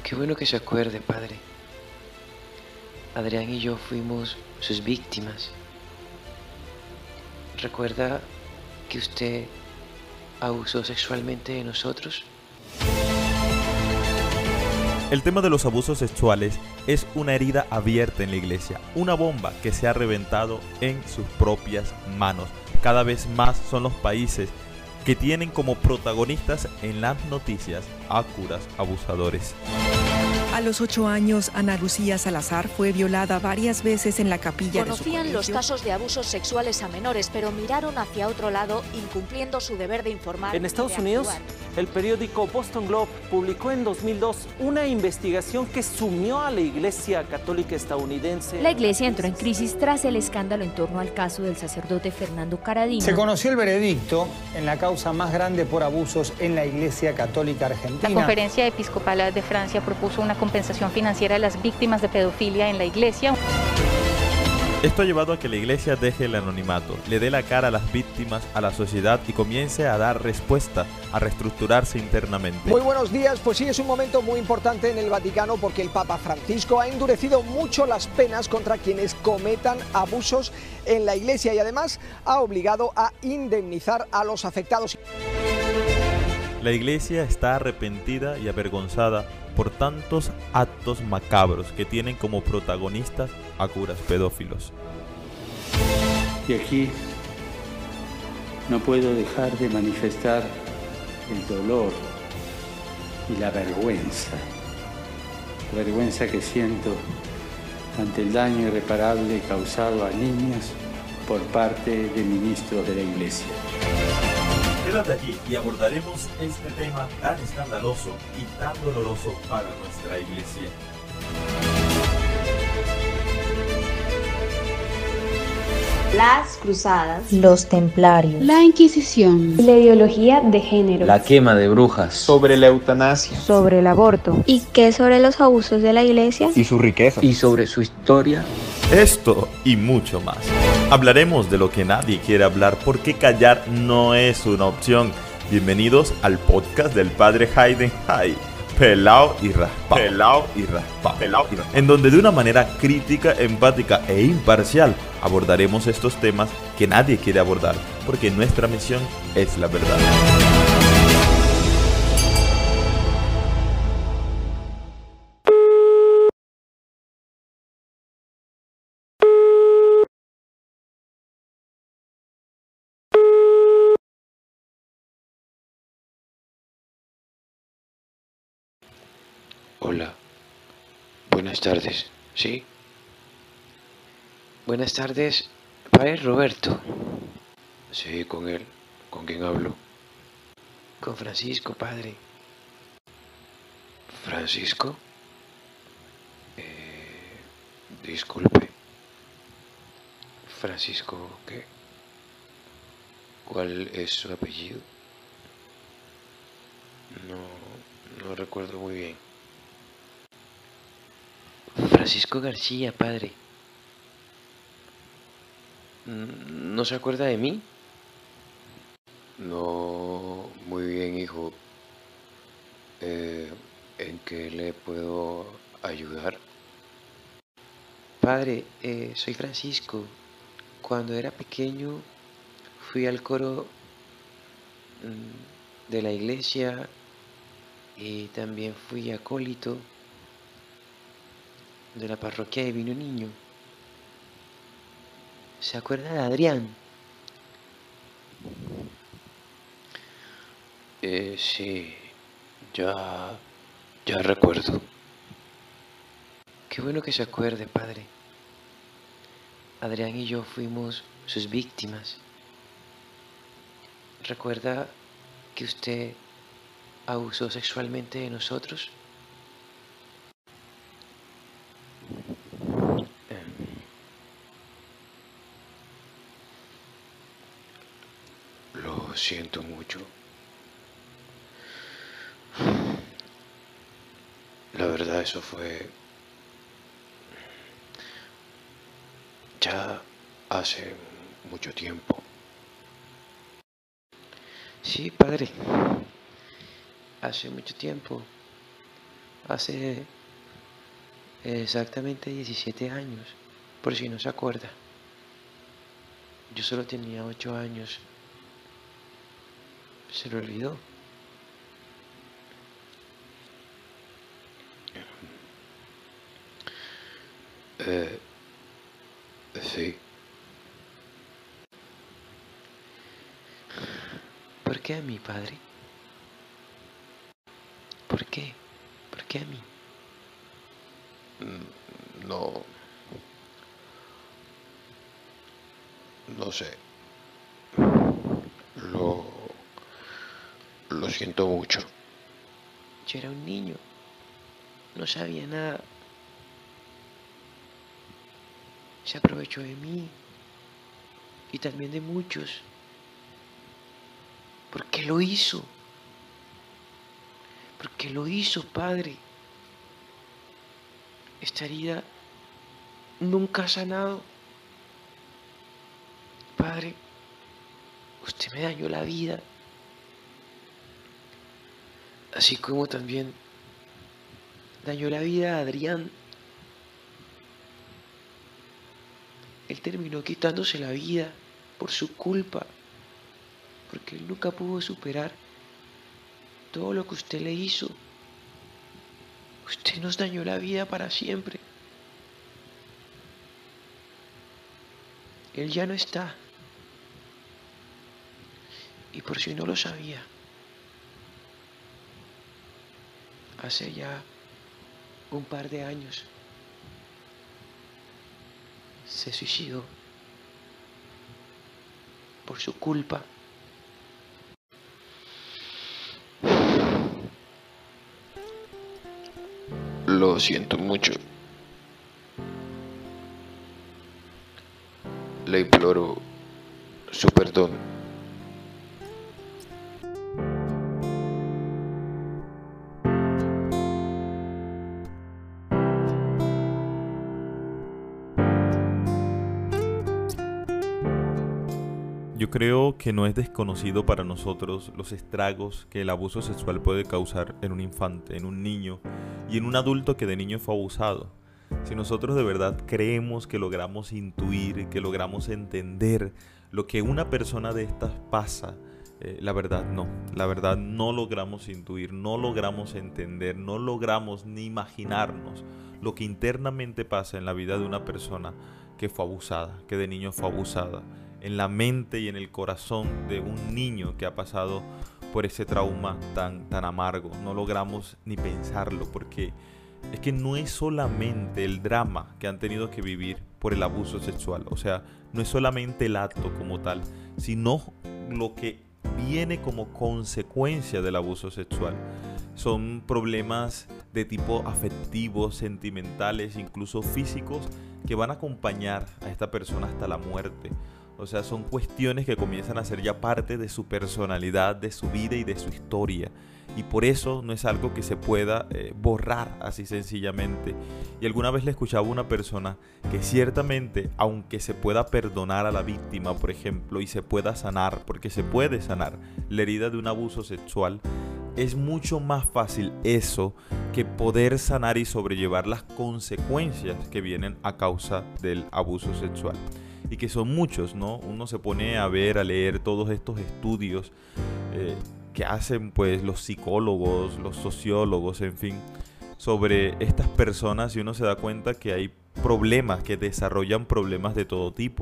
Qué bueno que se acuerde, padre. Adrián y yo fuimos sus víctimas. ¿Recuerda que usted abusó sexualmente de nosotros? El tema de los abusos sexuales es una herida abierta en la iglesia, una bomba que se ha reventado en sus propias manos. Cada vez más son los países que tienen como protagonistas en las noticias a curas abusadores. A los 8 años, Ana Lucía Salazar fue violada varias veces en la capilla de su Conocían colegio. los casos de abusos sexuales a menores, pero miraron hacia otro lado, incumpliendo su deber de informar. En Estados Unidos, el periódico Boston Globe publicó en 2002 una investigación que sumió a la Iglesia Católica estadounidense. La Iglesia entró en crisis tras el escándalo en torno al caso del sacerdote Fernando Caradino. Se conoció el veredicto en la causa más grande por abusos en la Iglesia Católica Argentina. La Conferencia Episcopal de Francia propuso una compensación financiera a las víctimas de pedofilia en la Iglesia. Esto ha llevado a que la iglesia deje el anonimato, le dé la cara a las víctimas, a la sociedad y comience a dar respuesta, a reestructurarse internamente. Muy buenos días, pues sí, es un momento muy importante en el Vaticano porque el Papa Francisco ha endurecido mucho las penas contra quienes cometan abusos en la iglesia y además ha obligado a indemnizar a los afectados. La iglesia está arrepentida y avergonzada por tantos actos macabros que tienen como protagonistas a curas pedófilos. Y aquí no puedo dejar de manifestar el dolor y la vergüenza que siento ante el daño irreparable causado a niños por parte de ministros de la Iglesia. Quédate aquí y abordaremos este tema tan escandaloso y tan doloroso para nuestra iglesia. Las cruzadas, los templarios, la Inquisición, la ideología de género, la quema de brujas, sobre la eutanasia, sobre el aborto. ¿Y qué sobre los abusos de la iglesia? Y su riqueza. Y sobre su historia. Esto y mucho más. Hablaremos de lo que nadie quiere hablar porque callar no es una opción. Bienvenidos al podcast del padre Hayden Hay. Pelao y raspao. Pelao y raspao. Pelao y raspao. En donde de una manera crítica, empática e imparcial abordaremos estos temas que nadie quiere abordar, porque nuestra misión es la verdad. Hola. Buenas tardes. ¿Sí? Buenas tardes, padre Roberto. Sí, con él. ¿Con quién hablo? Con Francisco, padre. ¿Francisco? Disculpe. ¿Francisco qué? ¿Cuál es su apellido? No recuerdo muy bien. Francisco García, padre. ¿No se acuerda de mí? No, muy bien, hijo. ¿En qué le puedo ayudar? Padre, soy Francisco. Cuando era pequeño fui al coro de la iglesia y también fui acólito de la parroquia de Divino Niño. ¿Se acuerda de Adrián? Sí, ya recuerdo. Qué bueno que se acuerde, padre. Adrián y yo fuimos sus víctimas. ¿Recuerda que usted abusó sexualmente de nosotros? Lo siento mucho. La verdad, eso fue ya hace mucho tiempo. Sí, padre. Hace mucho tiempo. Hace exactamente 17 años, por si no se acuerda. Yo solo tenía 8 años. Se lo olvidó. Sí. ¿Por qué a mí, padre? ¿Por qué? ¿Por qué a mí? No sé. Lo siento mucho. Yo era un niño. No sabía nada. Se aprovechó de mí. Y también de muchos. ¿Por qué lo hizo? ¿Por qué lo hizo, padre? Esta herida nunca ha sanado. Padre, usted me dañó la vida. Así como también dañó la vida a Adrián. Él terminó quitándose la vida por su culpa, porque él nunca pudo superar todo lo que usted le hizo. Usted nos dañó la vida para siempre. Él ya no está. Y por si no lo sabía, hace ya un par de años se suicidó por su culpa. Lo siento mucho. Le imploro su perdón. Yo creo que no es desconocido para nosotros los estragos que el abuso sexual puede causar en un infante, en un niño y en un adulto que de niño fue abusado. Si nosotros de verdad creemos que logramos intuir, que logramos entender lo que una persona de estas pasa, la verdad no logramos intuir, no logramos entender, no logramos ni imaginarnos lo que internamente pasa en la vida de una persona que fue abusada, que de niño fue abusada, en la mente y en el corazón de un niño que ha pasado por ese trauma tan amargo. No logramos ni pensarlo, porque es que no es solamente el drama que han tenido que vivir por el abuso sexual, o sea, no es solamente el acto como tal, sino lo que viene como consecuencia del abuso sexual. Son problemas de tipo afectivos, sentimentales, incluso físicos, que van a acompañar a esta persona hasta la muerte. O sea, son cuestiones que comienzan a ser ya parte de su personalidad, de su vida y de su historia. Y por eso no es algo que se pueda borrar así sencillamente. Y alguna vez le escuchaba a una persona que ciertamente, aunque se pueda perdonar a la víctima, por ejemplo, y se pueda sanar, porque se puede sanar la herida de un abuso sexual, es mucho más fácil eso que poder sanar y sobrellevar las consecuencias que vienen a causa del abuso sexual. Y que son muchos, ¿no? Uno se pone a ver, a leer todos estos estudios que hacen pues los psicólogos, los sociólogos, en fin, sobre estas personas, y uno se da cuenta que hay problemas, que desarrollan problemas de todo tipo.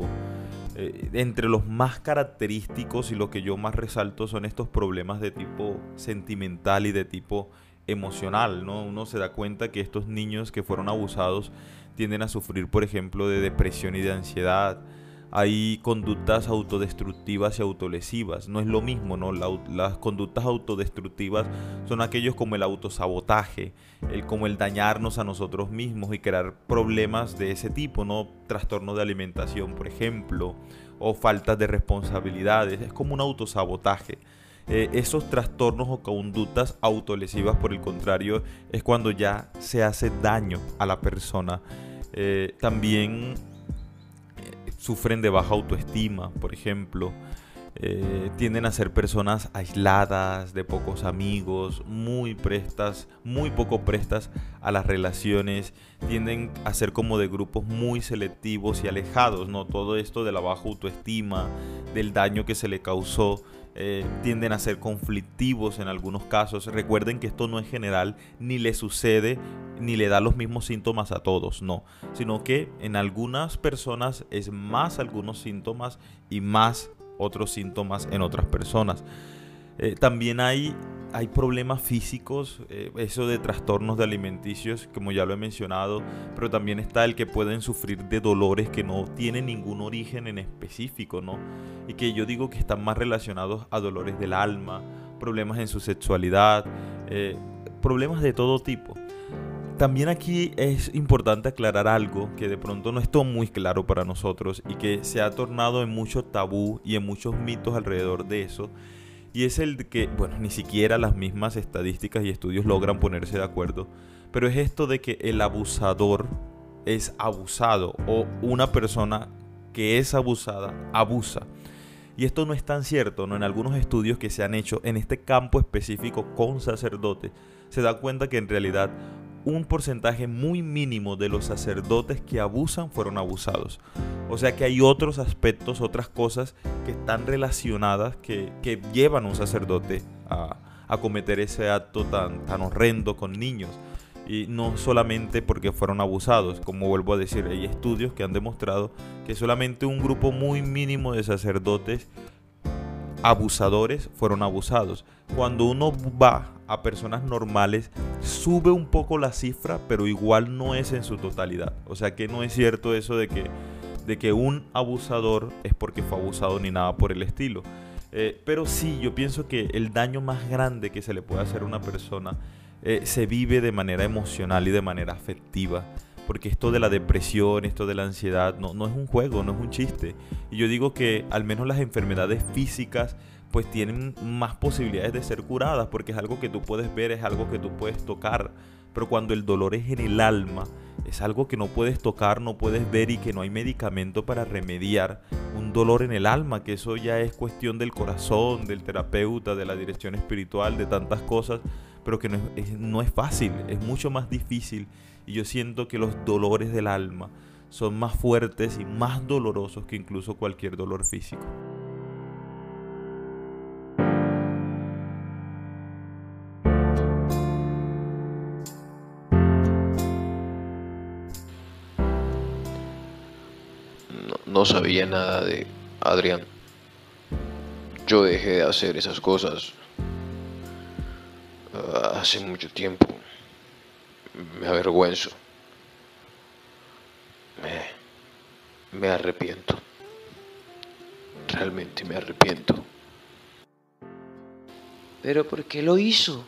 Entre los más característicos y lo que yo más resalto son estos problemas de tipo sentimental y de tipo emocional, ¿no? Uno se da cuenta que estos niños que fueron abusados tienden a sufrir, por ejemplo, de depresión y de ansiedad. Hay conductas autodestructivas y autolesivas. No es lo mismo, ¿no? Las conductas autodestructivas son aquellos como el autosabotaje, como el dañarnos a nosotros mismos y crear problemas de ese tipo, ¿no? Trastorno de alimentación, por ejemplo, o falta de responsabilidades. Es como un autosabotaje. Esos trastornos o conductas autolesivas, por el contrario, es cuando ya se hace daño a la persona. También sufren de baja autoestima, por ejemplo. tienden a ser personas aisladas, de pocos amigos, muy poco prestas a las relaciones, tienden a ser como de grupos muy selectivos y alejados, ¿no? Todo esto de la baja autoestima, del daño que se le causó, tienden a ser conflictivos en algunos casos. Recuerden que esto no es general, ni le sucede, ni le da los mismos síntomas a todos, no, sino que en algunas personas es más algunos síntomas y más otros síntomas en otras personas. También hay problemas físicos, eso de trastornos de alimenticios, como ya lo he mencionado, pero también está el que pueden sufrir de dolores que no tienen ningún origen en específico, ¿no? Y que yo digo que están más relacionados a dolores del alma, problemas en su sexualidad, problemas de todo tipo. También aquí es importante aclarar algo que de pronto no es todo muy claro para nosotros y que se ha tornado en mucho tabú y en muchos mitos alrededor de eso. Y es el de que, bueno, ni siquiera las mismas estadísticas y estudios logran ponerse de acuerdo. Pero es esto de que el abusador es abusado o una persona que es abusada abusa. Y esto no es tan cierto, ¿no? En algunos estudios que se han hecho en este campo específico con sacerdotes, se da cuenta que en realidad un porcentaje muy mínimo de los sacerdotes que abusan fueron abusados. O sea que hay otros aspectos, otras cosas que están relacionadas que llevan a un sacerdote a cometer ese acto tan horrendo con niños. Y no solamente porque fueron abusados, como vuelvo a decir, hay estudios que han demostrado que solamente un grupo muy mínimo de sacerdotes abusadores fueron abusados. Cuando uno va a personas normales, sube un poco la cifra, pero igual no es en su totalidad. O sea que no es cierto eso de que un abusador es porque fue abusado ni nada por el estilo. Pero sí, yo pienso que el daño más grande que se le puede hacer a una persona se vive de manera emocional y de manera afectiva. Porque esto de la depresión, esto de la ansiedad, no es un juego, no es un chiste. Y yo digo que al menos las enfermedades físicas pues tienen más posibilidades de ser curadas, porque es algo que tú puedes ver, es algo que tú puedes tocar. Pero cuando el dolor es en el alma, es algo que no puedes tocar, no puedes ver y que no hay medicamento para remediar un dolor en el alma, que eso ya es cuestión del corazón, del terapeuta, de la dirección espiritual, de tantas cosas, pero que no es fácil, es mucho más difícil. Y yo siento que los dolores del alma son más fuertes y más dolorosos que incluso cualquier dolor físico. No sabía nada de Adrián. Yo dejé de hacer esas cosas hace mucho tiempo. Me avergüenzo. Me arrepiento. Realmente me arrepiento. ¿Pero por qué lo hizo?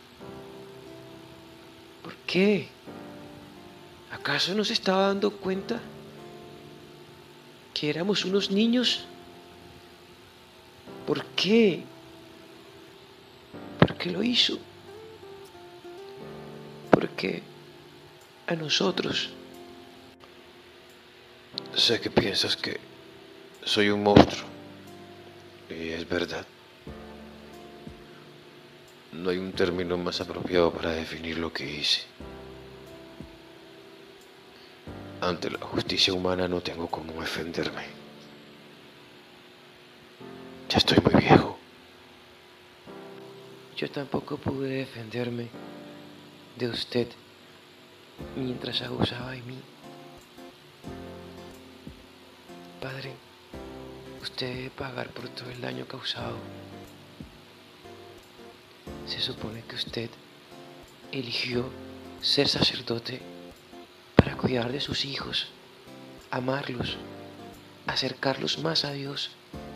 ¿Por qué? ¿Acaso no se estaba dando cuenta que éramos unos niños? ¿Por qué? ¿Por qué lo hizo? ¿Por qué a nosotros? Sé que piensas que soy un monstruo. Y es verdad. No hay un término más apropiado para definir lo que hice. Ante la justicia humana no tengo cómo defenderme. Ya estoy muy viejo. Yo tampoco pude defenderme de usted mientras abusaba de mí. Padre, usted debe pagar por todo el daño causado. Se supone que usted eligió ser sacerdote para cuidar de sus hijos, amarlos, acercarlos más a Dios.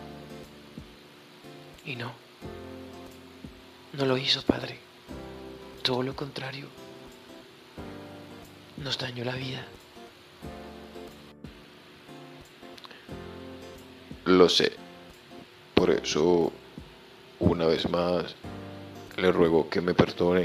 Y no lo hizo, Padre. Todo lo contrario, nos dañó la vida. Lo sé. Por eso, una vez más, le ruego que me perdone.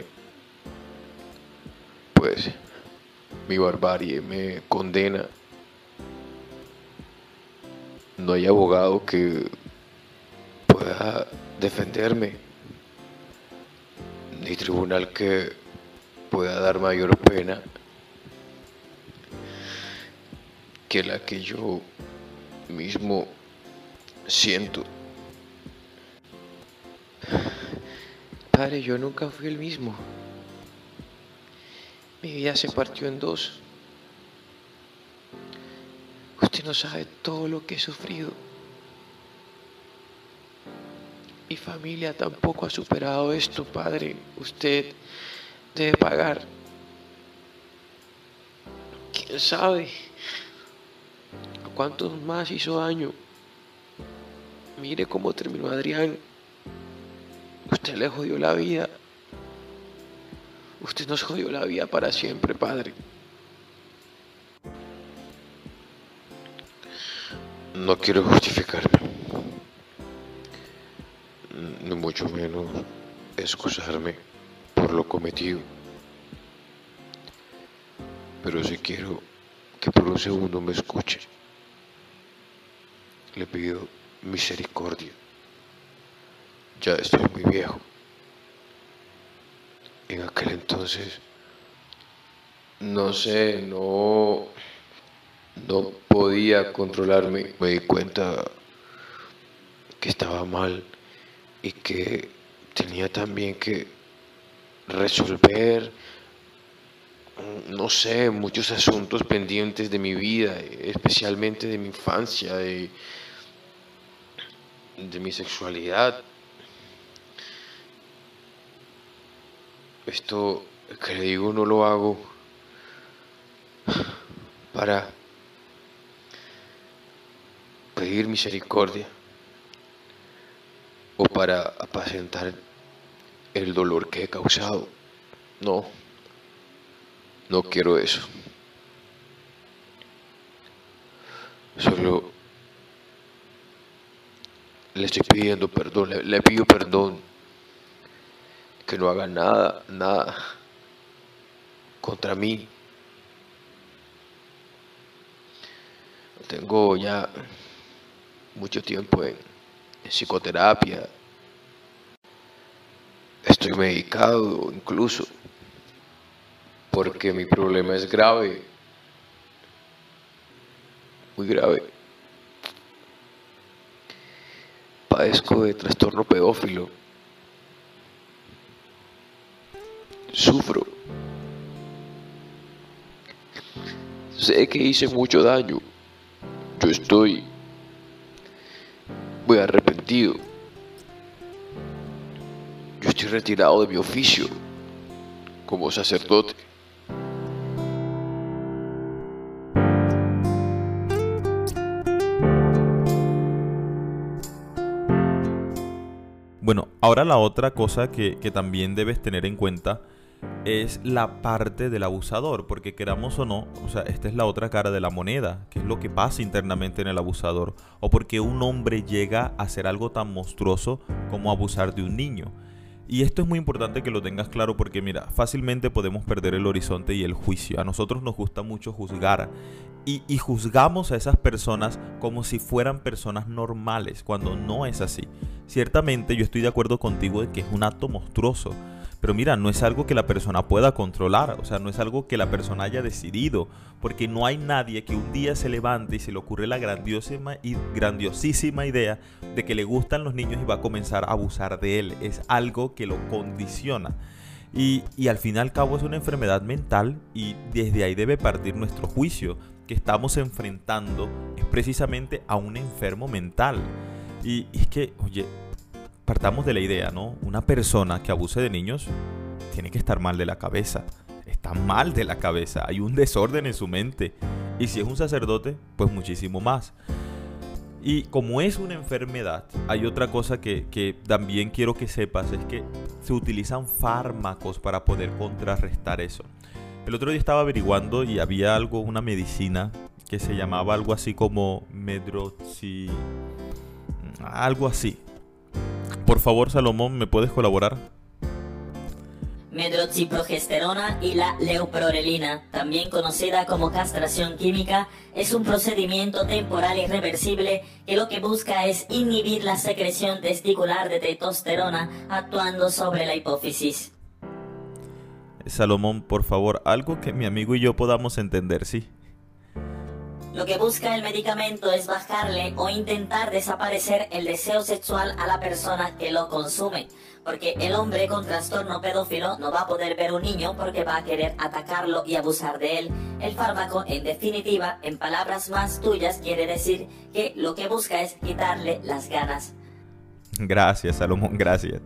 Pues mi barbarie me condena. No hay abogado que pueda defenderme, ni tribunal que pueda dar mayor pena que la que yo mismo siento. Padre, yo nunca fui el mismo. Mi vida se partió en dos. Usted no sabe todo lo que he sufrido. Mi familia tampoco ha superado esto, Padre. Usted debe pagar. ¿Quién sabe a cuántos más hizo daño? Mire cómo terminó Adrián. Usted le jodió la vida. Usted nos jodió la vida para siempre, Padre. No quiero justificarme, ni mucho menos excusarme por lo cometido. Pero sí quiero que por un segundo me escuche. Le pido misericordia. Ya estoy muy viejo. En aquel entonces, no podía controlarme. Me di cuenta que estaba mal y que tenía también que resolver, muchos asuntos pendientes de mi vida, especialmente de mi infancia, de mi sexualidad. Esto que le digo no lo hago para pedir misericordia o para apacentar el dolor que he causado. No quiero eso. Solo le estoy pidiendo perdón, le pido perdón. Que no haga nada contra mí. Tengo ya mucho tiempo en psicoterapia. Estoy medicado incluso, porque mi problema es grave, muy grave. Padezco de trastorno pedófilo. Sufro. Sé que hice mucho daño. Yo estoy muy arrepentido. Yo estoy retirado de mi oficio como sacerdote. Bueno, ahora la otra cosa que también debes tener en cuenta es la parte del abusador, porque queramos o no, esta es la otra cara de la moneda, que es lo que pasa internamente en el abusador, o porque un hombre llega a hacer algo tan monstruoso como abusar de un niño. Y esto es muy importante que lo tengas claro porque mira, fácilmente podemos perder el horizonte y el juicio. A nosotros nos gusta mucho juzgar y juzgamos a esas personas como si fueran personas normales, cuando no es así. Ciertamente yo estoy de acuerdo contigo de que es un acto monstruoso, pero mira, no es algo que la persona pueda controlar, no es algo que la persona haya decidido, porque no hay nadie que un día se levante y se le ocurre la grandiosísima idea de que le gustan los niños y va a comenzar a abusar de él. Es algo que lo condiciona. Y al fin y al cabo es una enfermedad mental y desde ahí debe partir nuestro juicio, que estamos enfrentando es precisamente a un enfermo mental. Y es que, oye, partamos de la idea, ¿no? Una persona que abuse de niños tiene que estar mal de la cabeza. Está mal de la cabeza. Hay un desorden en su mente. Y si es un sacerdote, pues muchísimo más. Y como es una enfermedad, hay otra cosa que también quiero que sepas. Es que se utilizan fármacos para poder contrarrestar eso. El otro día estaba averiguando y había una medicina que se llamaba algo así como Medroxy... algo así. Por favor, Salomón, ¿me puedes colaborar? medroxiprogesterona y la leuprorelina, también conocida como castración química, es un procedimiento temporal irreversible que lo que busca es inhibir la secreción testicular de testosterona actuando sobre la hipófisis. Salomón, por favor, algo que mi amigo y yo podamos entender, ¿sí? Lo que busca el medicamento es bajarle o intentar desaparecer el deseo sexual a la persona que lo consume, porque el hombre con trastorno pedófilo no va a poder ver un niño porque va a querer atacarlo y abusar de él. El fármaco, en definitiva, en palabras más tuyas, quiere decir que lo que busca es quitarle las ganas. Gracias, Salomón, gracias.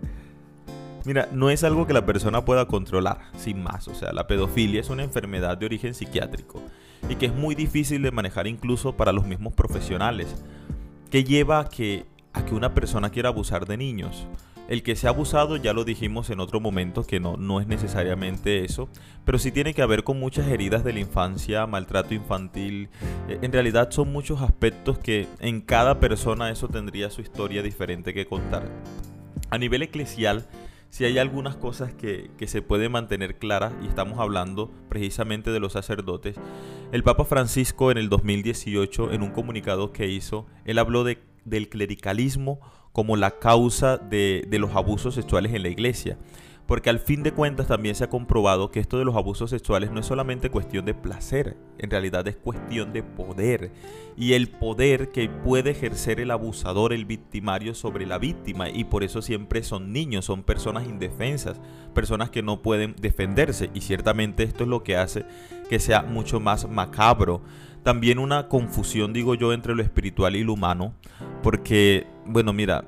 Mira, no es algo que la persona pueda controlar, sin más. O sea, la pedofilia es una enfermedad de origen psiquiátrico y que es muy difícil de manejar incluso para los mismos profesionales, que lleva a que una persona quiera abusar de niños. El que sea abusado, ya lo dijimos en otro momento, que no es necesariamente eso, pero sí tiene que ver con muchas heridas de la infancia, maltrato infantil. En realidad son muchos aspectos que en cada persona eso tendría su historia diferente que contar. A nivel eclesial, sí hay algunas cosas que se pueden mantener claras, y estamos hablando precisamente de los sacerdotes. El Papa Francisco en el 2018, en un comunicado que hizo, él habló del clericalismo como la causa de los abusos sexuales en la iglesia. Porque al fin de cuentas también se ha comprobado que esto de los abusos sexuales no es solamente cuestión de placer, en realidad es cuestión de poder. Y el poder que puede ejercer el abusador, el victimario sobre la víctima. Y por eso siempre son niños, son personas indefensas, personas que no pueden defenderse. Y ciertamente esto es lo que hace que sea mucho más macabro. También una confusión, digo yo, entre lo espiritual y lo humano. Porque, bueno, mira,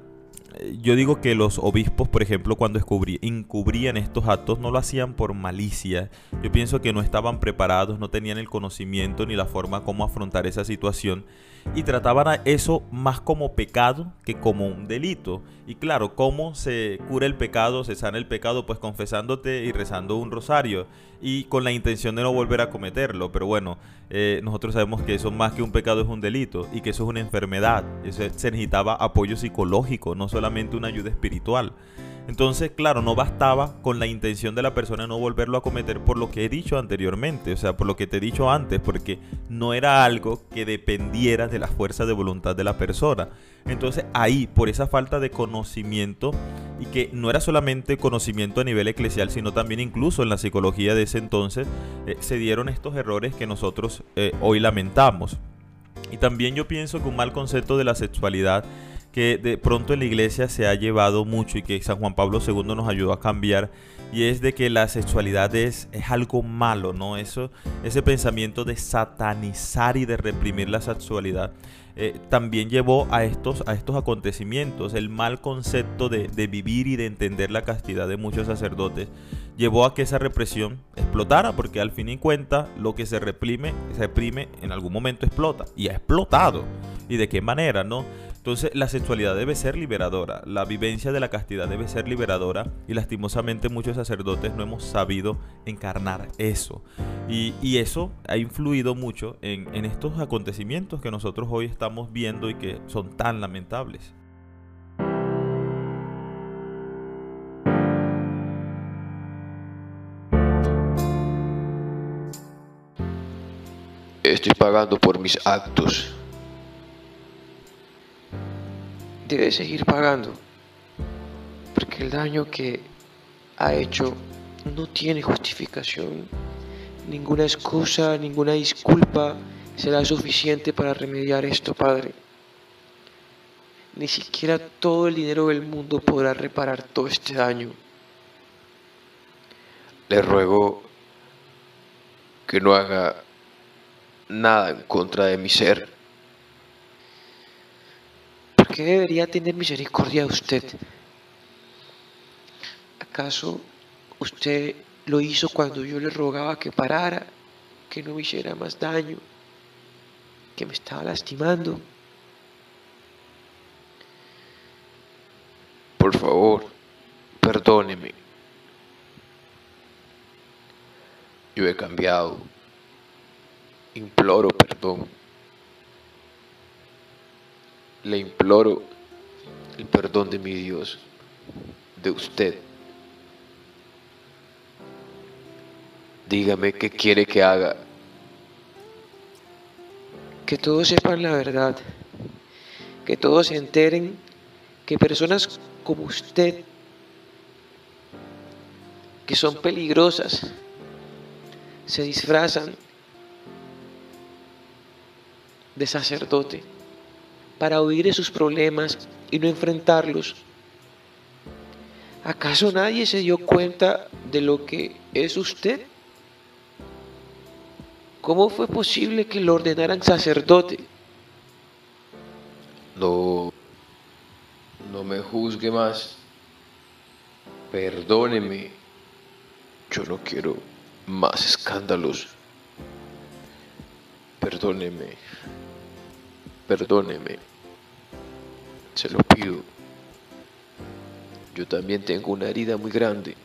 yo digo que los obispos, por ejemplo, cuando encubrían estos actos, no lo hacían por malicia. Yo pienso que no estaban preparados, no tenían el conocimiento ni la forma cómo afrontar esa situación, y trataban a eso más como pecado que como un delito. Y claro, ¿cómo se cura el pecado, se sana el pecado? Pues confesándote y rezando un rosario, y con la intención de no volver a cometerlo. Pero bueno, nosotros sabemos que eso más que un pecado es un delito, y que eso es una enfermedad. Se necesitaba apoyo psicológico, no solamente una ayuda espiritual. Entonces, claro, no bastaba con la intención de la persona de no volverlo a cometer, por lo que he dicho anteriormente, o sea, por lo que te he dicho antes, porque no era algo que dependiera de la fuerza de voluntad de la persona. Entonces ahí, por esa falta de conocimiento, y que no era solamente conocimiento a nivel eclesial, sino también incluso en la psicología de ese entonces, se dieron estos errores que nosotros hoy lamentamos. Y también yo pienso que un mal concepto de la sexualidad que de pronto en la iglesia se ha llevado mucho, y que San Juan Pablo II nos ayudó a cambiar, y es de que la sexualidad es algo malo, ¿no? Ese pensamiento de satanizar y de reprimir la sexualidad también llevó a estos acontecimientos. El mal concepto de vivir y de entender la castidad de muchos sacerdotes llevó a que esa represión explotara, porque al fin y cuentas lo que se reprime en algún momento explota, y ha explotado. ¿Y de qué manera, no? Entonces la sexualidad debe ser liberadora, la vivencia de la castidad debe ser liberadora, y lastimosamente muchos sacerdotes no hemos sabido encarnar eso. Y eso ha influido mucho en estos acontecimientos que nosotros hoy estamos viendo y que son tan lamentables. Estoy pagando por mis actos. Debe seguir pagando, porque el daño que ha hecho no tiene justificación. Ninguna excusa, ninguna disculpa será suficiente para remediar esto, Padre. Ni siquiera todo el dinero del mundo podrá reparar todo este daño. Le ruego que no haga nada en contra de mi ser. ¿Por qué debería tener misericordia de usted? ¿Acaso usted lo hizo cuando yo le rogaba que parara, que no me hiciera más daño, que me estaba lastimando? Por favor, perdóneme. Yo he cambiado. Imploro perdón. Le imploro el perdón de mi Dios, de usted. Dígame qué quiere que haga. Que todos sepan la verdad. Que todos se enteren que personas como usted, que son peligrosas, se disfrazan de sacerdote para huir de sus problemas y no enfrentarlos. ¿Acaso nadie se dio cuenta de lo que es usted? ¿Cómo fue posible que lo ordenaran sacerdote? No me juzgue más. Perdóneme. Yo no quiero más escándalos. Perdóneme. Se lo pido. Yo también tengo una herida muy grande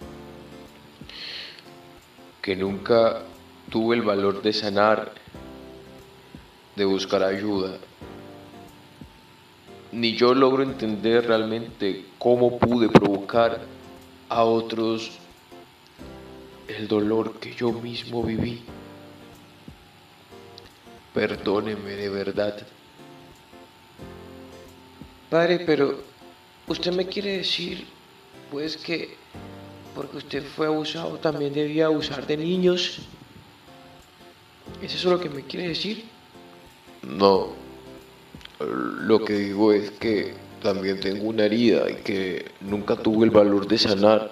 que nunca tuve el valor de sanar, de buscar ayuda. Ni yo logro entender realmente cómo pude provocar a otros el dolor que yo mismo viví. Perdóneme de verdad. Padre, pero usted me quiere decir, pues, que porque usted fue abusado también debía abusar de niños. ¿Es eso lo que me quiere decir? No, lo que digo es que también tengo una herida y que nunca tuve el valor de sanar.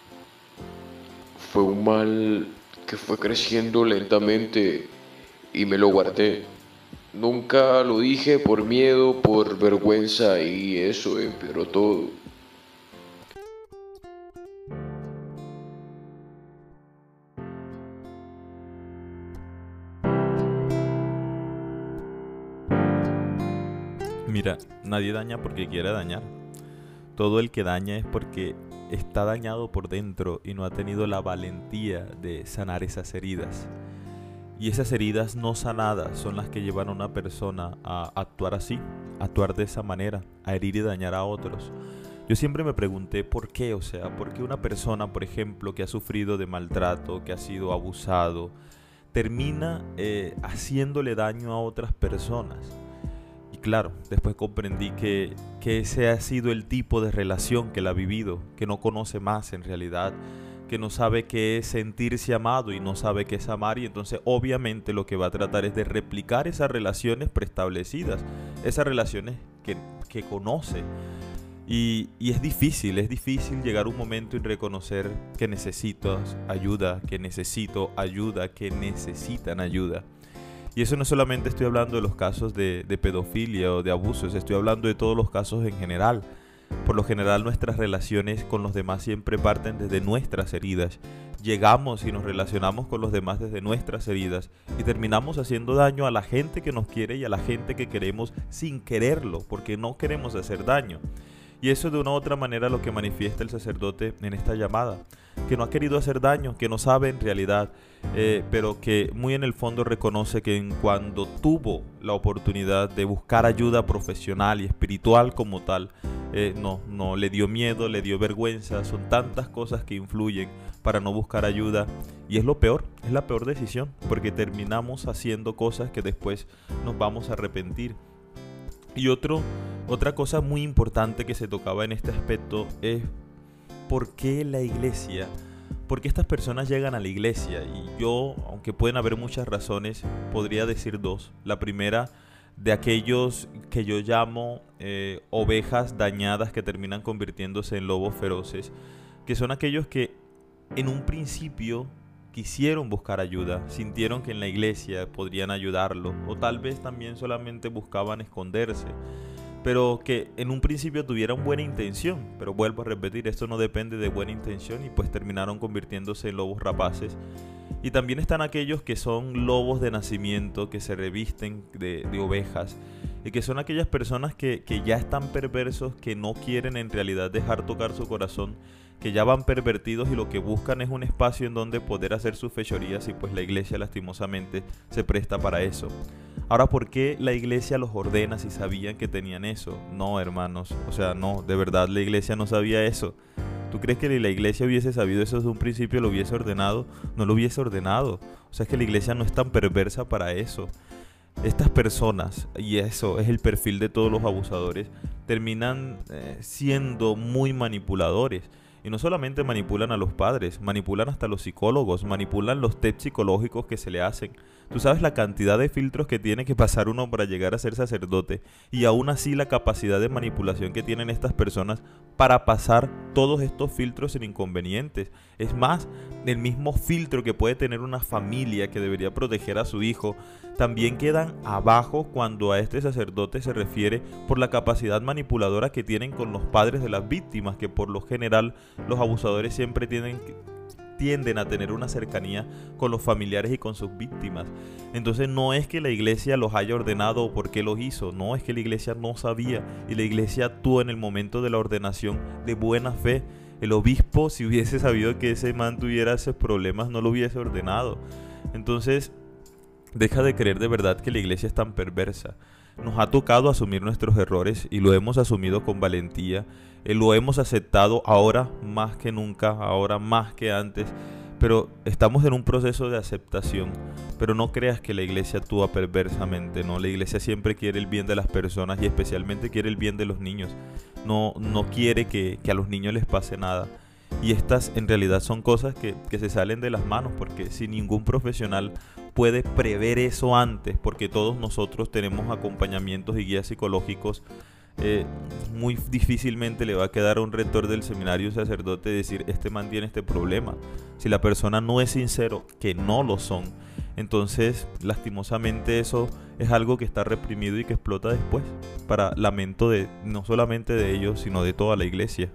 Fue un mal que fue creciendo lentamente y me lo guardé. Nunca lo dije por miedo, por vergüenza, y eso empeoró todo. Mira, nadie daña porque quiere dañar. Todo el que daña es porque está dañado por dentro y no ha tenido la valentía de sanar esas heridas. Y esas heridas no sanadas son las que llevan a una persona a actuar así, a actuar de esa manera, a herir y dañar a otros. Yo siempre me pregunté por qué, ¿por qué una persona, por ejemplo, que ha sufrido de maltrato, que ha sido abusado, termina haciéndole daño a otras personas? Y claro, después comprendí que ese ha sido el tipo de relación que él ha vivido, que no conoce más en realidad, que no sabe qué es sentirse amado y no sabe qué es amar, y entonces obviamente lo que va a tratar es de replicar esas relaciones preestablecidas, esas relaciones que conoce. Y es difícil llegar a un momento y reconocer que necesitas ayuda, que necesito ayuda, que necesitan ayuda. Y eso no solamente estoy hablando de los casos de pedofilia o de abusos, estoy hablando de todos los casos en general. Por lo general nuestras relaciones con los demás siempre parten desde nuestras heridas. Llegamos y nos relacionamos con los demás desde nuestras heridas y terminamos haciendo daño a la gente que nos quiere y a la gente que queremos sin quererlo, porque no queremos hacer daño. Y eso de una u otra manera lo que manifiesta el sacerdote en esta llamada, que no ha querido hacer daño, que no sabe en realidad, pero que muy en el fondo reconoce que cuando tuvo la oportunidad de buscar ayuda profesional y espiritual como tal, no le dio miedo, le dio vergüenza. Son tantas cosas que influyen para no buscar ayuda, y es lo peor, es la peor decisión, porque terminamos haciendo cosas que después nos vamos a arrepentir. Y otra cosa muy importante que se tocaba en este aspecto es ¿por qué la iglesia? ¿Por qué estas personas llegan a la iglesia? Y yo, aunque pueden haber muchas razones, podría decir dos. La primera, de aquellos que yo llamo ovejas dañadas que terminan convirtiéndose en lobos feroces, que son aquellos que en un principio quisieron buscar ayuda, sintieron que en la iglesia podrían ayudarlo, o tal vez también solamente buscaban esconderse, pero que en un principio tuvieron buena intención. Pero vuelvo a repetir, esto no depende de buena intención, y pues terminaron convirtiéndose en lobos rapaces. Y también están aquellos que son lobos de nacimiento, que se revisten de ovejas, y que son aquellas personas que ya están perversos, que no quieren en realidad dejar tocar su corazón, que ya van pervertidos y lo que buscan es un espacio en donde poder hacer sus fechorías, y pues la iglesia lastimosamente se presta para eso. Ahora, ¿por qué la iglesia los ordena si sabían que tenían eso? No, hermanos, no, de verdad la iglesia no sabía eso. ¿Tú crees que la iglesia hubiese sabido eso desde un principio, lo hubiese ordenado? No lo hubiese ordenado. O sea, es que la iglesia no es tan perversa para eso. Estas personas, y eso es el perfil de todos los abusadores, terminan siendo muy manipuladores. Y no solamente manipulan a los padres, manipulan hasta a los psicólogos, manipulan los test psicológicos que se le hacen. Tú sabes la cantidad de filtros que tiene que pasar uno para llegar a ser sacerdote, y aún así la capacidad de manipulación que tienen estas personas para pasar todos estos filtros sin inconvenientes. Es más, el mismo filtro que puede tener una familia que debería proteger a su hijo, también quedan abajo cuando a este sacerdote se refiere por la capacidad manipuladora que tienen con los padres de las víctimas, que por lo general los abusadores siempre tienden a tener una cercanía con los familiares y con sus víctimas. Entonces no es que la iglesia los haya ordenado o por qué los hizo, no, es que la iglesia no sabía, y la iglesia actuó en el momento de la ordenación de buena fe. El obispo, si hubiese sabido que ese man tuviera esos problemas, no lo hubiese ordenado. Entonces deja de creer de verdad que la iglesia es tan perversa. Nos ha tocado asumir nuestros errores y lo hemos asumido con valentía. Lo hemos aceptado ahora más que nunca, ahora más que antes. Pero estamos en un proceso de aceptación. Pero no creas que la iglesia actúa perversamente, ¿no? La iglesia siempre quiere el bien de las personas y especialmente quiere el bien de los niños. No quiere que a los niños les pase nada. Y estas en realidad son cosas que se salen de las manos, porque si ningún profesional puede prever eso antes, porque todos nosotros tenemos acompañamientos y guías psicológicos, muy difícilmente le va a quedar a un rector del seminario, un sacerdote, decir este man tiene este problema. Si la persona no es sincero, que no lo son, entonces lastimosamente eso es algo que está reprimido y que explota después, para lamento de no solamente de ellos, sino de toda la iglesia.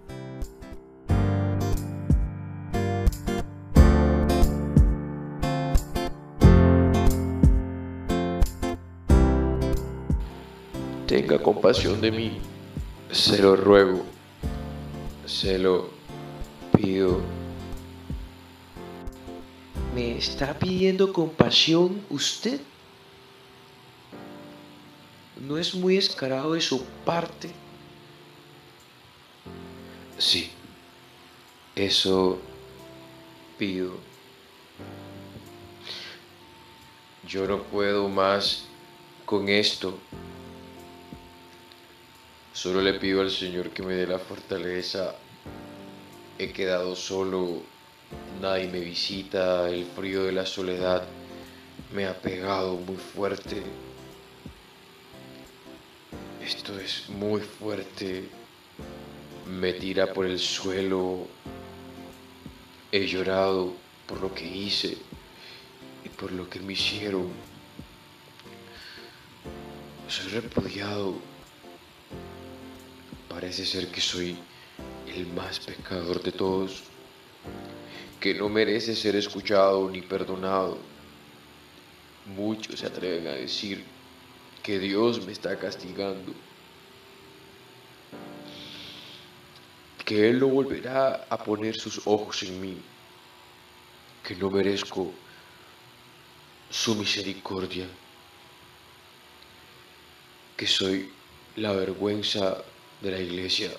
Tenga compasión de mí, se lo ruego, se lo pido. ¿Me está pidiendo compasión usted? ¿No es muy descarado de su parte? Sí, eso pido. Yo no puedo más con esto. Solo le pido al Señor que me dé la fortaleza. He quedado solo, nadie me visita, el frío de la soledad me ha pegado muy fuerte. Esto es muy fuerte, me tira por el suelo. He llorado por lo que hice y por lo que me hicieron. Soy repudiado. Parece ser que soy el más pecador de todos, que no merece ser escuchado ni perdonado. Muchos se atreven a decir que Dios me está castigando, que Él no volverá a poner sus ojos en mí, que no merezco su misericordia, que soy la vergüenza de la iglesia.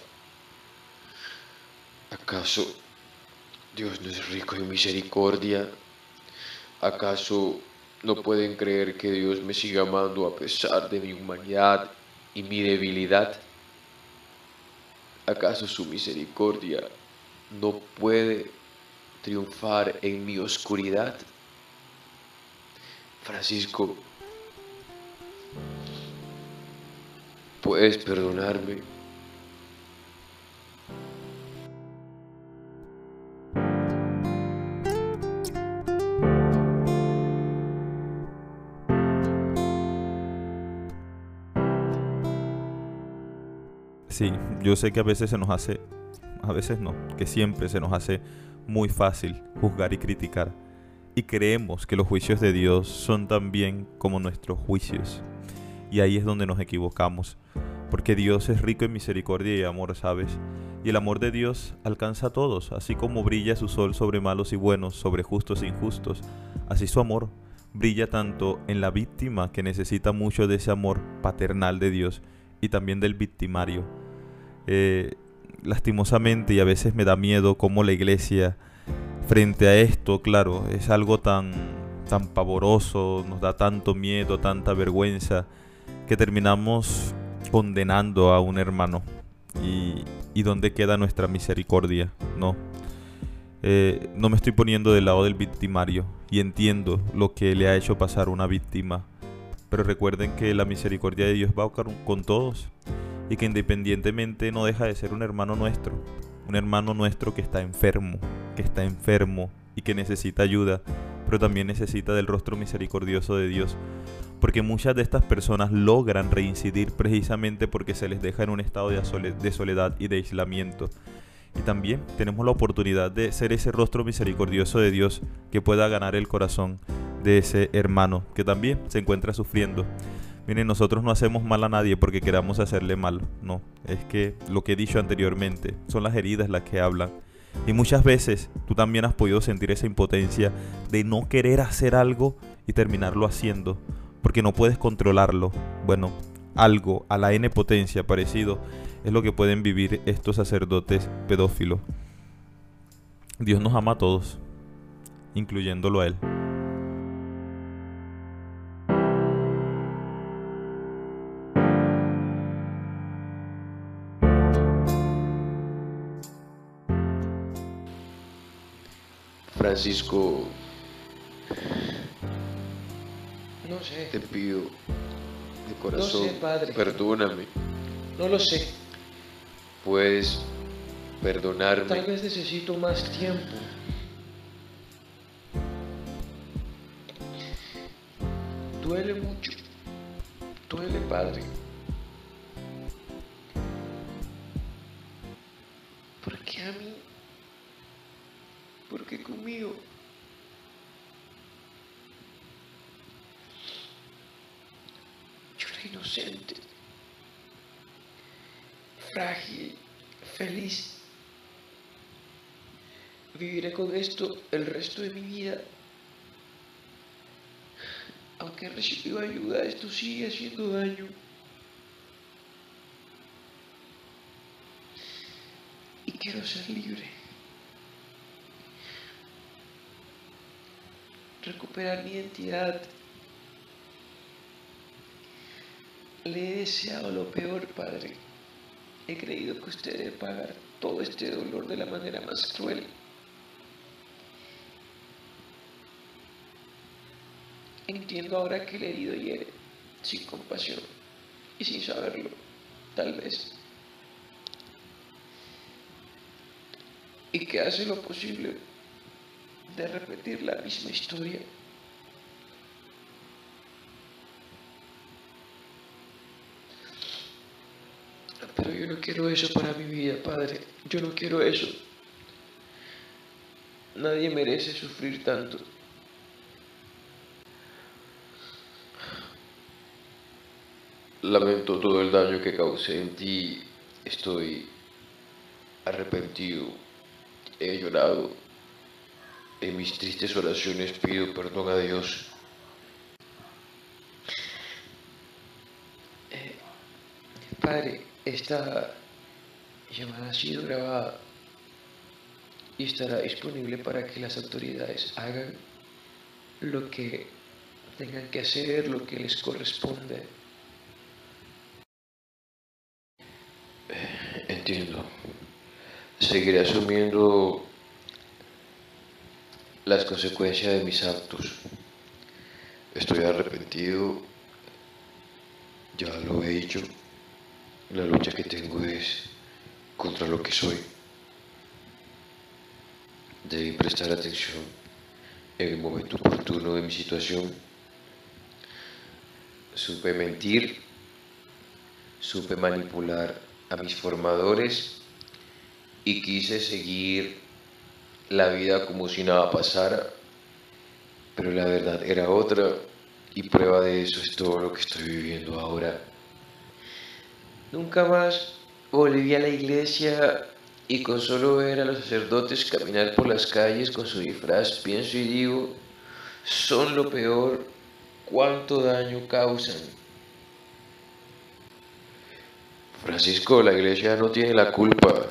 ¿Acaso Dios no es rico en misericordia? ¿Acaso no pueden creer que Dios me siga amando a pesar de mi humanidad y mi debilidad? ¿Acaso su misericordia no puede triunfar en mi oscuridad? Francisco, ¿puedes perdonarme? Sí, yo sé que a veces que siempre se nos hace muy fácil juzgar y criticar. Y creemos que los juicios de Dios son tan bien como nuestros juicios. Y ahí es donde nos equivocamos. Porque Dios es rico en misericordia y amor, ¿sabes? Y el amor de Dios alcanza a todos. Así como brilla su sol sobre malos y buenos, sobre justos e injustos, así su amor brilla tanto en la víctima, que necesita mucho de ese amor paternal de Dios, y también del victimario. lastimosamente, y a veces me da miedo cómo la iglesia, frente a esto, claro, es algo tan pavoroso, nos da tanto miedo, tanta vergüenza, que terminamos condenando a un hermano. ¿Y dónde queda nuestra misericordia? No. No me estoy poniendo del lado del victimario y entiendo lo que le ha hecho pasar una víctima, pero recuerden que la misericordia de Dios va con todos y que independientemente no deja de ser un hermano nuestro que está enfermo y que necesita ayuda, pero también necesita del rostro misericordioso de Dios, porque muchas de estas personas logran reincidir precisamente porque se les deja en un estado de soledad y de aislamiento. Y también tenemos la oportunidad de ser ese rostro misericordioso de Dios que pueda ganar el corazón de ese hermano que también se encuentra sufriendo. Miren, nosotros no hacemos mal a nadie porque queramos hacerle mal, no. Es que lo que he dicho anteriormente, son las heridas las que hablan. Y muchas veces tú también has podido sentir esa impotencia de no querer hacer algo y terminarlo haciendo, porque no puedes controlarlo. Bueno, algo a la N potencia parecido es lo que pueden vivir estos sacerdotes pedófilos. Dios nos ama a todos, incluyéndolo a él. Francisco, no sé. Te pido de corazón, No sé, padre. perdóname. No lo sé. Puedes perdonarme. Tal vez necesito más tiempo. Duele mucho. Duele, padre. ¿Por qué a mí? ¿Por qué conmigo? Yo era inocente, frágil, feliz. Viviré con esto el resto de mi vida. Aunque he recibido ayuda, esto sigue haciendo daño. Y quiero ser libre. Recuperar mi identidad. Le he deseado lo peor, padre. He creído que usted debe pagar todo este dolor de la manera más cruel. Entiendo ahora que el herido hiere, sin compasión y sin saberlo, tal vez. Y que hace lo posible de repetir la misma historia. Pero yo no quiero eso para mi vida, padre. Yo no quiero eso. Nadie merece sufrir tanto. Lamento todo el daño que causé en ti. Estoy arrepentido. He llorado. En mis tristes oraciones pido perdón a Dios. Padre, esta llamada ha sido grabada y estará disponible para que las autoridades hagan lo que tengan que hacer, lo que les corresponde. Entiendo. Seguiré asumiendo las consecuencias de mis actos. Estoy arrepentido. Ya lo he dicho. La lucha que tengo es contra lo que soy. Debí prestar atención en el momento oportuno de mi situación. Supe mentir, supe manipular a mis formadores y quise seguir la vida como si nada pasara, pero la verdad era otra y prueba de eso es todo lo que estoy viviendo ahora. Nunca más volví a la iglesia y con solo ver a los sacerdotes caminar por las calles con su disfraz, pienso y digo, son lo peor, cuánto daño causan. Francisco, la iglesia no tiene la culpa.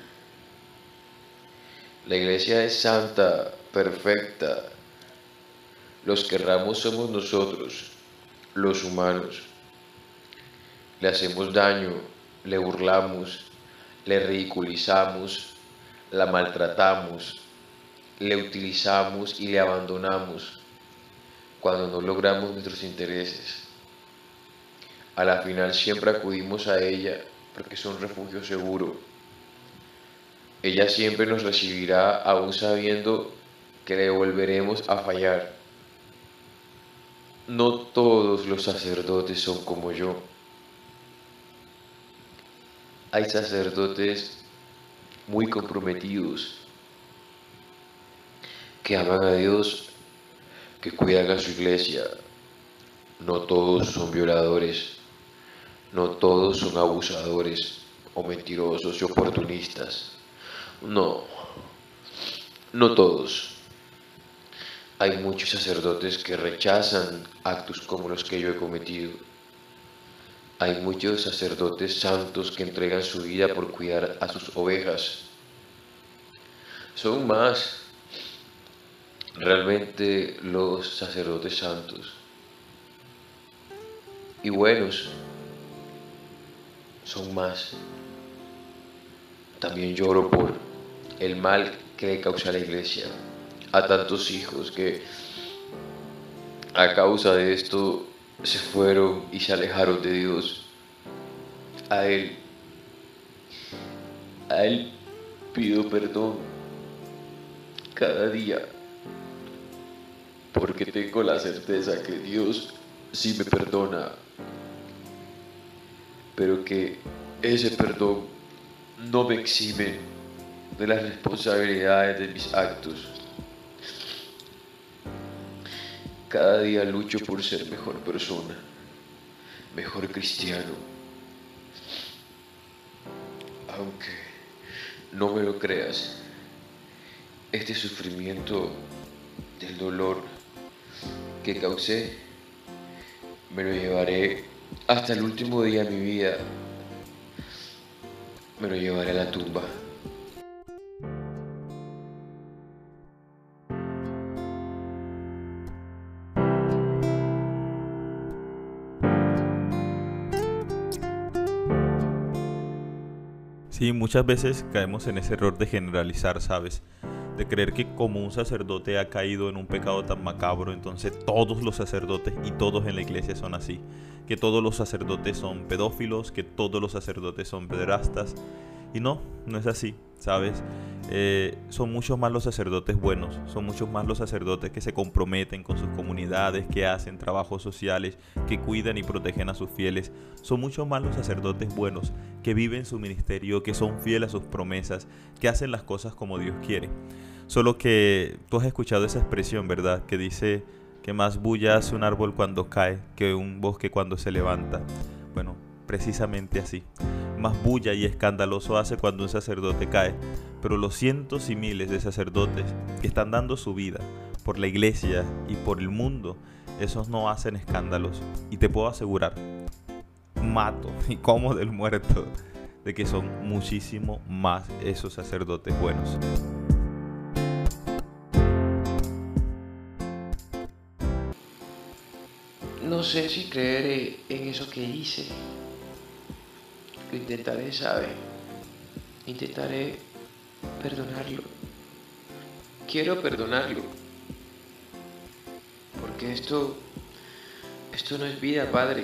La iglesia es santa, perfecta. Los que erramos somos nosotros, los humanos. Le hacemos daño, le burlamos, le ridiculizamos, la maltratamos, le utilizamos y le abandonamos cuando no logramos nuestros intereses. A la final siempre acudimos a ella porque es un refugio seguro. Ella siempre nos recibirá aún sabiendo que le volveremos a fallar. No todos los sacerdotes son como yo. Hay sacerdotes muy comprometidos, que aman a Dios, que cuidan a su iglesia. No todos son violadores, no todos son abusadores o mentirosos y oportunistas. No todos. Hay muchos sacerdotes que rechazan actos como los que yo he cometido. Hay muchos sacerdotes santos que entregan su vida por cuidar a sus ovejas. Son más realmente los sacerdotes santos y buenos. Son más. También lloro por el mal que le causa a la iglesia, a tantos hijos que a causa de esto se fueron y se alejaron de Dios. A Él pido perdón cada día, porque tengo la certeza que Dios sí me perdona, pero que ese perdón no me exime de las responsabilidades de mis actos. Cada día lucho por ser mejor persona, mejor cristiano. Aunque no me lo creas, este sufrimiento del dolor que causé me lo llevaré hasta el último día de mi vida. Me lo llevaré a la tumba. Sí, muchas veces caemos en ese error de generalizar, ¿sabes? De creer que como un sacerdote ha caído en un pecado tan macabro, entonces todos los sacerdotes y todos en la iglesia son así. Que todos los sacerdotes son pedófilos, que todos los sacerdotes son pederastas. Y no es así, ¿sabes? Son muchos más los sacerdotes buenos, son muchos más los sacerdotes que se comprometen con sus comunidades, que hacen trabajos sociales, que cuidan y protegen a sus fieles. Son muchos más los sacerdotes buenos que viven su ministerio, que son fieles a sus promesas, que hacen las cosas como Dios quiere. Solo que tú has escuchado esa expresión, ¿verdad? Que dice que más bulla hace un árbol cuando cae que un bosque cuando se levanta. Bueno, precisamente así. Más bulla y escandaloso hace cuando un sacerdote cae, pero los cientos y miles de sacerdotes que están dando su vida por la iglesia y por el mundo, esos no hacen escándalos. Y te puedo asegurar, mato y como del muerto, de que son muchísimo más esos sacerdotes buenos. No sé si creeré en eso que hice. Lo intentaré, ¿sabe? Intentaré perdonarlo. Quiero perdonarlo. Porque esto no es vida, Padre.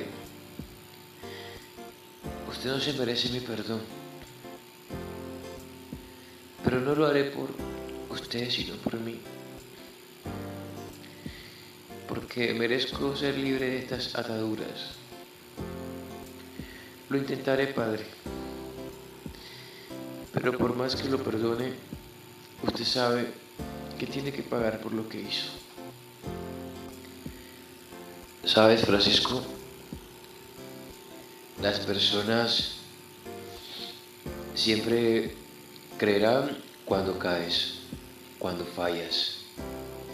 Usted no se merece mi perdón. Pero no lo haré por usted, sino por mí. Porque merezco ser libre de estas ataduras. Lo intentaré, Padre. Pero por más que lo perdone, usted sabe que tiene que pagar por lo que hizo. ¿Sabes, Francisco? Las personas siempre creerán cuando caes, cuando fallas,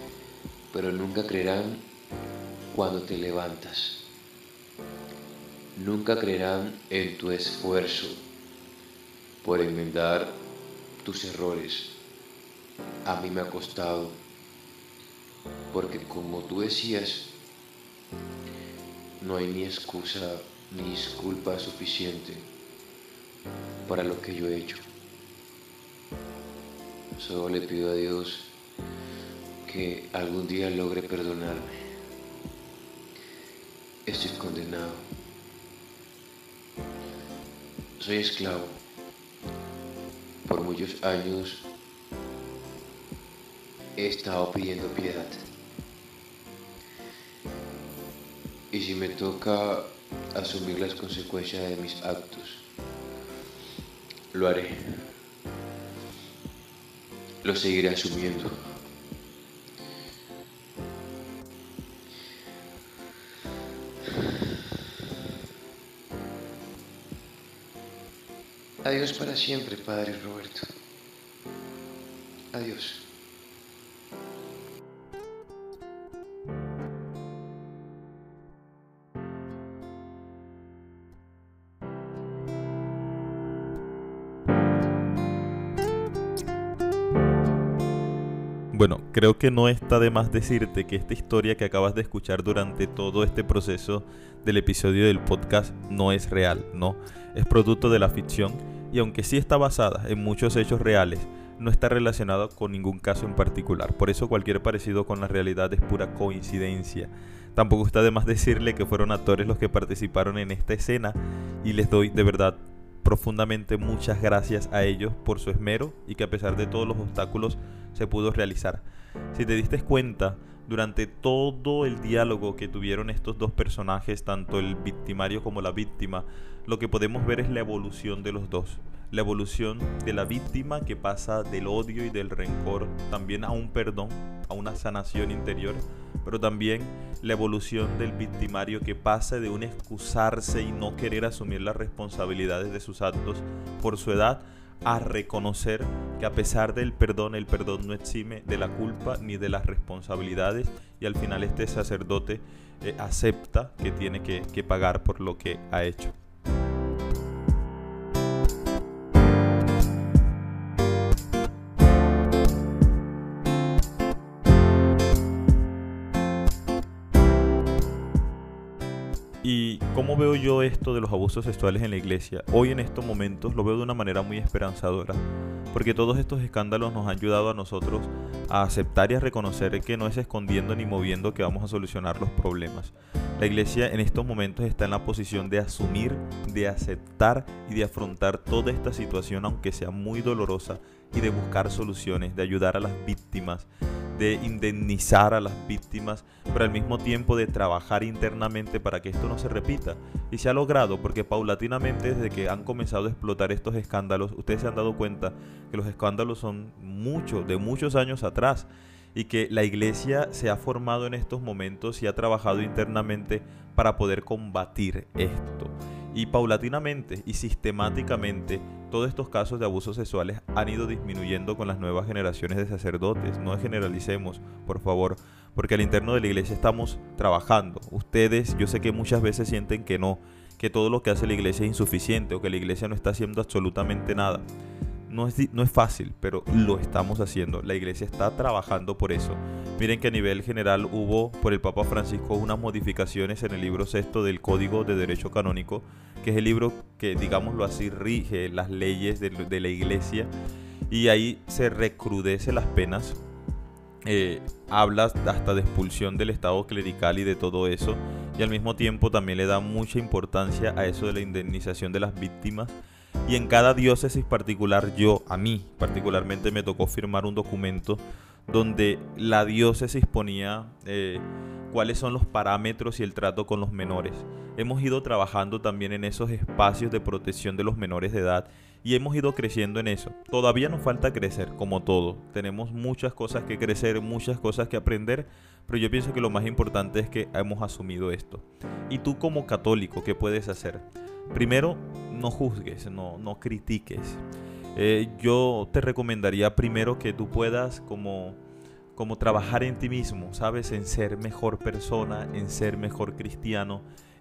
pero nunca creerán cuando te levantas. nunca creerán en tu esfuerzo por enmendar tus errores. A mí me ha costado, porque como tú decías, no hay ni excusa ni disculpa suficiente para lo que yo he hecho. Solo le pido a Dios que algún día logre perdonarme. Estoy condenado. Soy esclavo. Por muchos años he estado pidiendo piedad. Y si me toca asumir las consecuencias de mis actos, lo haré. Lo seguiré asumiendo. Adiós para siempre, Padre Roberto. Adiós. Bueno, creo que no está de más decirte que esta historia que acabas de escuchar durante todo este proceso del episodio del podcast no es real, no, es producto de la ficción y aunque sí está basada en muchos hechos reales, no está relacionada con ningún caso en particular. Por eso cualquier parecido con la realidad es pura coincidencia. Tampoco está de más decirle que fueron actores los que participaron en esta escena y les doy de verdad profundamente muchas gracias a ellos por su esmero y que a pesar de todos los obstáculos se pudo realizar. Si te diste cuenta, durante todo el diálogo que tuvieron estos dos personajes, tanto el victimario como la víctima, lo que podemos ver es la evolución de los dos. La evolución de la víctima que pasa del odio y del rencor también a un perdón, a una sanación interior, pero también la evolución del victimario que pasa de un excusarse y no querer asumir las responsabilidades de sus actos por su edad a reconocer que a pesar del perdón, el perdón no exime de la culpa ni de las responsabilidades y al final este sacerdote acepta que tiene que pagar por lo que ha hecho. ¿Y cómo veo yo esto de los abusos sexuales en la iglesia? Hoy en estos momentos lo veo de una manera muy esperanzadora, porque todos estos escándalos nos han ayudado a nosotros a aceptar y a reconocer que no es escondiendo ni moviendo que vamos a solucionar los problemas. La iglesia en estos momentos está en la posición de asumir, de aceptar y de afrontar toda esta situación, aunque sea muy dolorosa, y de buscar soluciones, de ayudar a las víctimas, de indemnizar a las víctimas, pero al mismo tiempo de trabajar internamente para que esto no se repita. Y se ha logrado porque paulatinamente, desde que han comenzado a explotar estos escándalos, ustedes se han dado cuenta que los escándalos son de muchos años atrás, y que la iglesia se ha formado en estos momentos y ha trabajado internamente para poder combatir esto. Y paulatinamente y sistemáticamente todos estos casos de abusos sexuales han ido disminuyendo con las nuevas generaciones de sacerdotes. No generalicemos, por favor, porque al interno de la iglesia estamos trabajando. Ustedes, yo sé que muchas veces sienten que no, que todo lo que hace la iglesia es insuficiente o que la iglesia no está haciendo absolutamente nada. No es fácil, pero lo estamos haciendo. La iglesia está trabajando por eso. Miren que a nivel general hubo por el Papa Francisco unas modificaciones en el libro sexto del Código de Derecho Canónico, que es el libro que, digámoslo así, rige las leyes de la iglesia, y ahí se recrudece las penas. Habla hasta de expulsión del estado clerical y de todo eso, y al mismo tiempo también le da mucha importancia a eso de la indemnización de las víctimas. Y en cada diócesis particular, a mí particularmente me tocó firmar un documento donde la diócesis ponía cuáles son los parámetros y el trato con los menores. Hemos ido trabajando también en esos espacios de protección de los menores de edad y hemos ido creciendo en eso. Todavía nos falta crecer, como todo. Tenemos muchas cosas que crecer, muchas cosas que aprender, pero yo pienso que lo más importante es que hemos asumido esto. Y tú como católico, ¿qué puedes hacer? Primero, no juzgues, no critiques. Yo te recomendaría primero que tú puedas como trabajar en ti mismo, ¿sabes? En ser mejor persona, en ser mejor cristiano,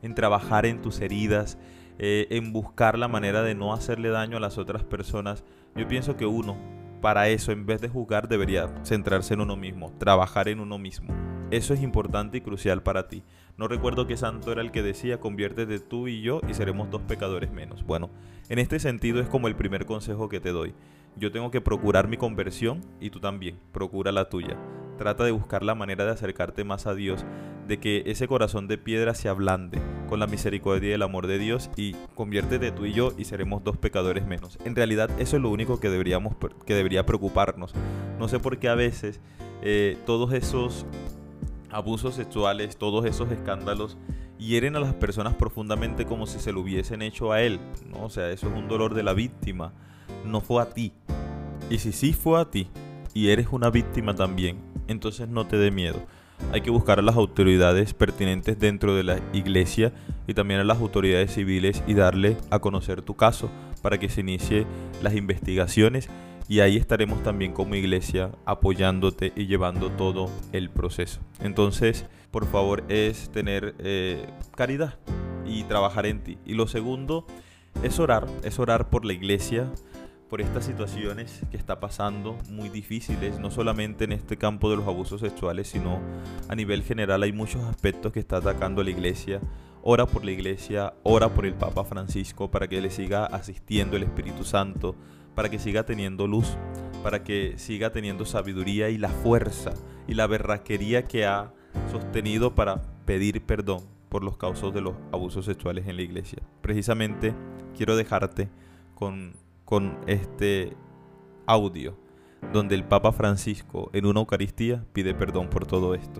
en trabajar en tus heridas, en buscar la manera de no hacerle daño a las otras personas. Yo pienso que uno, para eso, en vez de juzgar, debería centrarse en uno mismo, trabajar en uno mismo. Eso es importante y crucial para ti. No recuerdo qué santo era el que decía: conviértete tú y yo y seremos 2 pecadores menos. Bueno, en este sentido es como el primer consejo que te doy. Yo tengo que procurar mi conversión y tú también, procura la tuya. Trata de buscar la manera de acercarte más a Dios, de que ese corazón de piedra se ablande con la misericordia y el amor de Dios, y conviértete tú y yo y seremos 2 pecadores menos. En realidad eso es lo único que debería preocuparnos. No sé por qué a veces todos esos abusos sexuales, todos esos escándalos hieren a las personas profundamente como si se lo hubiesen hecho a él, ¿no? O sea, eso es un dolor de la víctima, no fue a ti. Y si sí fue a ti y eres una víctima también, entonces no te dé miedo. Hay que buscar a las autoridades pertinentes dentro de la iglesia y también a las autoridades civiles y darle a conocer tu caso para que se inicie las investigaciones, y ahí estaremos también como iglesia apoyándote y llevando todo el proceso. Entonces, por favor, es tener caridad y trabajar en ti. Y lo segundo es orar por la iglesia, por estas situaciones que está pasando muy difíciles, no solamente en este campo de los abusos sexuales, sino a nivel general. Hay muchos aspectos que está atacando a la iglesia. Ora por la iglesia, ora por el Papa Francisco para que le siga asistiendo el Espíritu Santo, para que siga teniendo luz, para que siga teniendo sabiduría y la fuerza y la berraquería que ha sostenido para pedir perdón por los causos de los abusos sexuales en la iglesia. Precisamente quiero dejarte con este audio donde el Papa Francisco en una Eucaristía pide perdón por todo esto.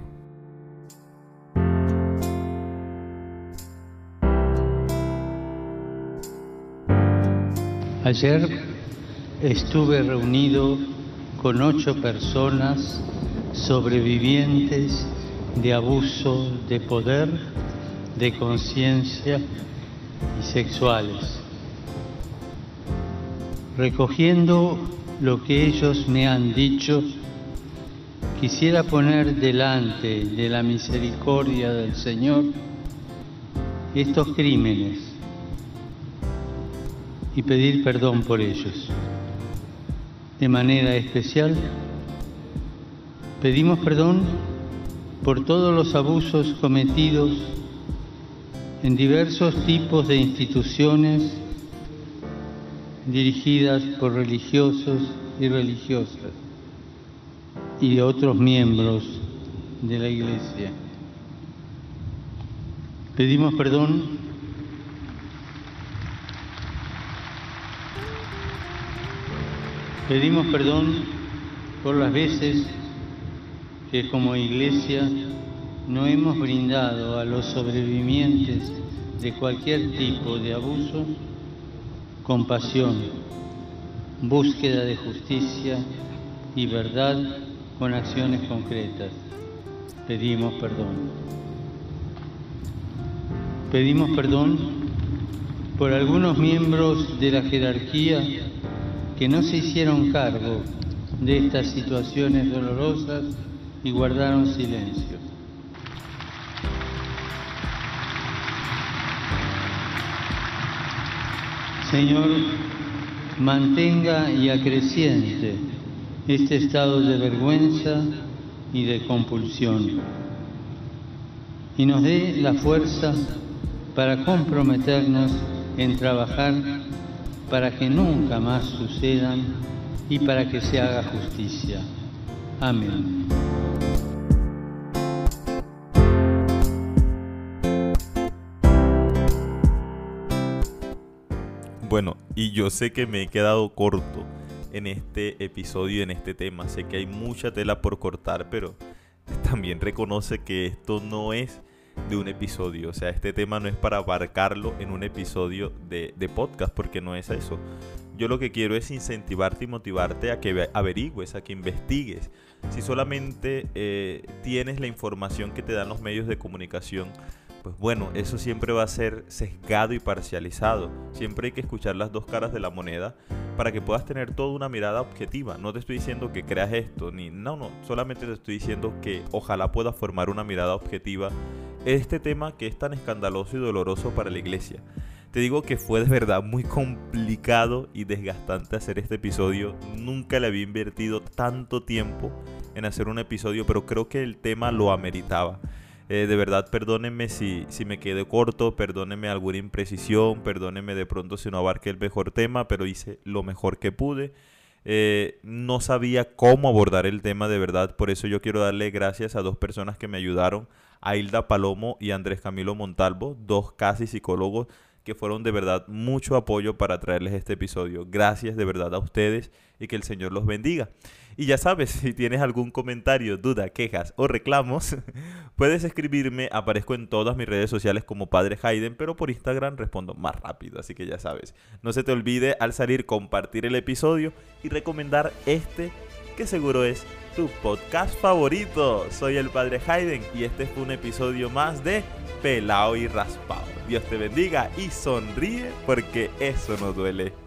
Ayer estuve reunido con 8 personas sobrevivientes de abuso de poder, de conciencia y sexuales. Recogiendo lo que ellos me han dicho, quisiera poner delante de la misericordia del Señor estos crímenes y pedir perdón por ellos. De manera especial, pedimos perdón por todos los abusos cometidos en diversos tipos de instituciones dirigidas por religiosos y religiosas y de otros miembros de la Iglesia. Pedimos perdón por las veces que como Iglesia no hemos brindado a los sobrevivientes de cualquier tipo de abuso compasión, búsqueda de justicia y verdad con acciones concretas. Pedimos perdón. Pedimos perdón por algunos miembros de la jerarquía que no se hicieron cargo de estas situaciones dolorosas y guardaron silencio. Señor, mantenga y acreciente este estado de vergüenza y de compulsión y nos dé la fuerza para comprometernos en trabajar para que nunca más sucedan y para que se haga justicia. Amén. Bueno, y yo sé que me he quedado corto en este episodio, en este tema. Sé que hay mucha tela por cortar, pero también reconoce que esto no es de un episodio. O sea, este tema no es para abarcarlo en un episodio de podcast, porque no es eso. Yo lo que quiero es incentivarte y motivarte a que averigües, a que investigues. Si solamente tienes la información que te dan los medios de comunicación, pues bueno, eso siempre va a ser sesgado y parcializado. Siempre hay que escuchar las dos caras de la moneda para que puedas tener toda una mirada objetiva. No te estoy diciendo que creas esto, no, solamente te estoy diciendo que ojalá puedas formar una mirada objetiva este tema que es tan escandaloso y doloroso para la iglesia. Te digo que fue de verdad muy complicado y desgastante hacer este episodio. Nunca le había invertido tanto tiempo en hacer un episodio, pero creo que el tema lo ameritaba. De verdad, perdónenme si me quedé corto, perdónenme alguna imprecisión, perdónenme de pronto si no abarqué el mejor tema, pero hice lo mejor que pude. No sabía cómo abordar el tema de verdad, por eso yo quiero darle gracias a dos personas que me ayudaron, a Hilda Palomo y Andrés Camilo Montalvo, dos casi psicólogos que fueron de verdad mucho apoyo para traerles este episodio. Gracias de verdad a ustedes y que el Señor los bendiga. Y ya sabes, si tienes algún comentario, duda, quejas o reclamos, puedes escribirme. Aparezco en todas mis redes sociales como Padre Hayden, pero por Instagram respondo más rápido, así que ya sabes. No se te olvide al salir compartir el episodio y recomendar este, que seguro es tu podcast favorito. Soy el Padre Hayden y este fue un episodio más de Pelao y Raspado. Dios te bendiga y sonríe porque eso no duele.